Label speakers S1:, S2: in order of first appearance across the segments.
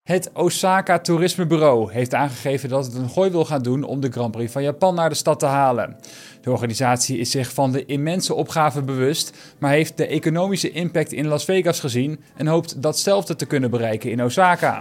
S1: Het Osaka Toerismebureau heeft aangegeven dat het een gooi wil gaan doen om de Grand Prix van Japan naar de stad te halen. De organisatie is zich van de immense opgave bewust, maar heeft de economische impact in Las Vegas gezien en hoopt datzelfde te kunnen bereiken in Osaka.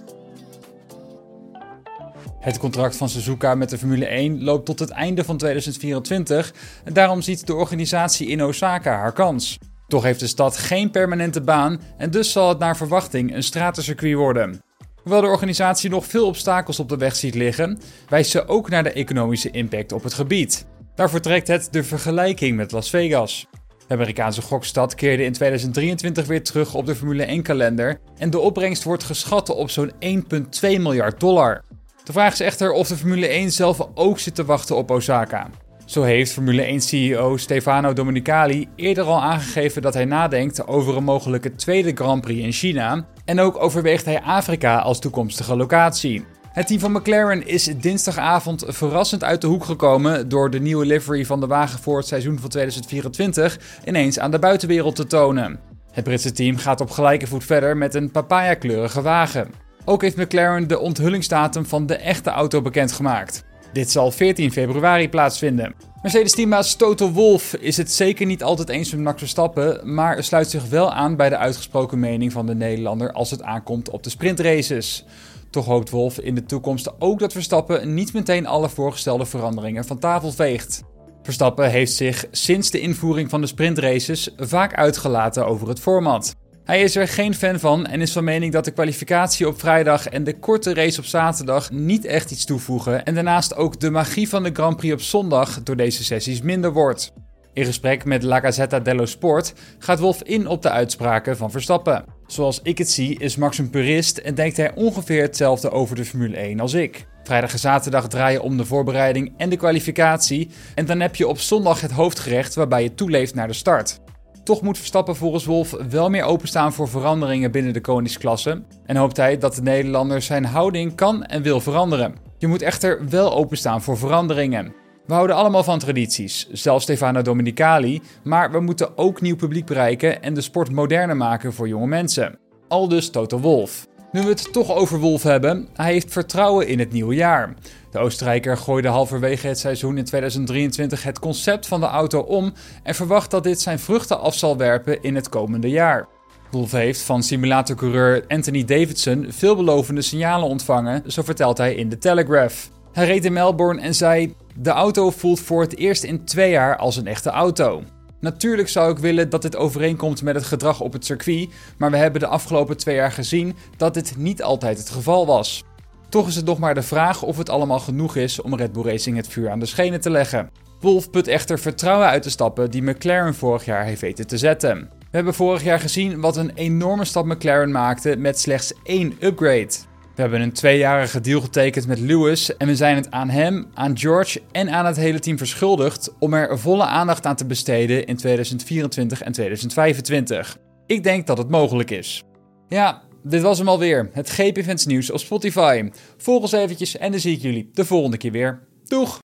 S1: Het contract van Suzuka met de Formule 1 loopt tot het einde van 2024 en daarom ziet de organisatie in Osaka haar kans. Toch heeft de stad geen permanente baan en dus zal het naar verwachting een stratencircuit worden. Hoewel de organisatie nog veel obstakels op de weg ziet liggen, wijst ze ook naar de economische impact op het gebied. Daarvoor trekt het de vergelijking met Las Vegas. De Amerikaanse gokstad keerde in 2023 weer terug op de Formule 1-kalender en de opbrengst wordt geschat op zo'n $1,2 miljard. De vraag is echter of de Formule 1 zelf ook zit te wachten op Osaka. Zo heeft Formule 1-CEO Stefano Domenicali eerder al aangegeven dat hij nadenkt over een mogelijke tweede Grand Prix in China en ook overweegt hij Afrika als toekomstige locatie. Het team van McLaren is dinsdagavond verrassend uit de hoek gekomen door de nieuwe livery van de wagen voor het seizoen van 2024 ineens aan de buitenwereld te tonen. Het Britse team gaat op gelijke voet verder met een papaya-kleurige wagen. Ook heeft McLaren de onthullingsdatum van de echte auto bekendgemaakt. Dit zal 14 februari plaatsvinden. Mercedes-teambaas Toto Wolff is het zeker niet altijd eens met Max Verstappen, maar sluit zich wel aan bij de uitgesproken mening van de Nederlander als het aankomt op de sprintraces. Toch hoopt Wolff in de toekomst ook dat Verstappen niet meteen alle voorgestelde veranderingen van tafel veegt. Verstappen heeft zich sinds de invoering van de sprintraces vaak uitgelaten over het format. Hij is er geen fan van en is van mening dat de kwalificatie op vrijdag en de korte race op zaterdag niet echt iets toevoegen en daarnaast ook de magie van de Grand Prix op zondag door deze sessies minder wordt. In gesprek met La Gazzetta dello Sport gaat Wolff in op de uitspraken van Verstappen. Zoals ik het zie is Max een purist en denkt hij ongeveer hetzelfde over de Formule 1 als ik. Vrijdag en zaterdag draaien om de voorbereiding en de kwalificatie en dan heb je op zondag het hoofdgerecht waarbij je toeleeft naar de start. Toch moet Verstappen volgens Wolff wel meer openstaan voor veranderingen binnen de koningsklasse en hoopt hij dat de Nederlander zijn houding kan en wil veranderen. Je moet echter wel openstaan voor veranderingen. We houden allemaal van tradities, zelfs Stefano Domenicali, maar we moeten ook nieuw publiek bereiken en de sport moderner maken voor jonge mensen. Aldus Toto Wolff. Nu we het toch over Wolff hebben, hij heeft vertrouwen in het nieuwe jaar. De Oostenrijker gooide halverwege het seizoen in 2023 het concept van de auto om en verwacht dat dit zijn vruchten af zal werpen in het komende jaar. Wolff heeft van simulatorcoureur Anthony Davidson veelbelovende signalen ontvangen, zo vertelt hij in The Telegraph. Hij reed in Melbourne en zei: "De auto voelt voor het eerst in 2 jaar als een echte auto. Natuurlijk zou ik willen dat dit overeenkomt met het gedrag op het circuit, maar we hebben de afgelopen 2 jaar gezien dat dit niet altijd het geval was. Toch is het nog maar de vraag of het allemaal genoeg is om Red Bull Racing het vuur aan de schenen te leggen." Wolff put echter vertrouwen uit de stappen die McLaren vorig jaar heeft weten te zetten. We hebben vorig jaar gezien wat een enorme stap McLaren maakte met slechts 1 upgrade. We hebben een 2-jarige deal getekend met Lewis en we zijn het aan hem, aan George en aan het hele team verschuldigd om er volle aandacht aan te besteden in 2024 en 2025. Ik denk dat het mogelijk is. Ja, dit was hem alweer. Het GP Events nieuws op Spotify. Volg ons eventjes en dan zie ik jullie de volgende keer weer. Doeg!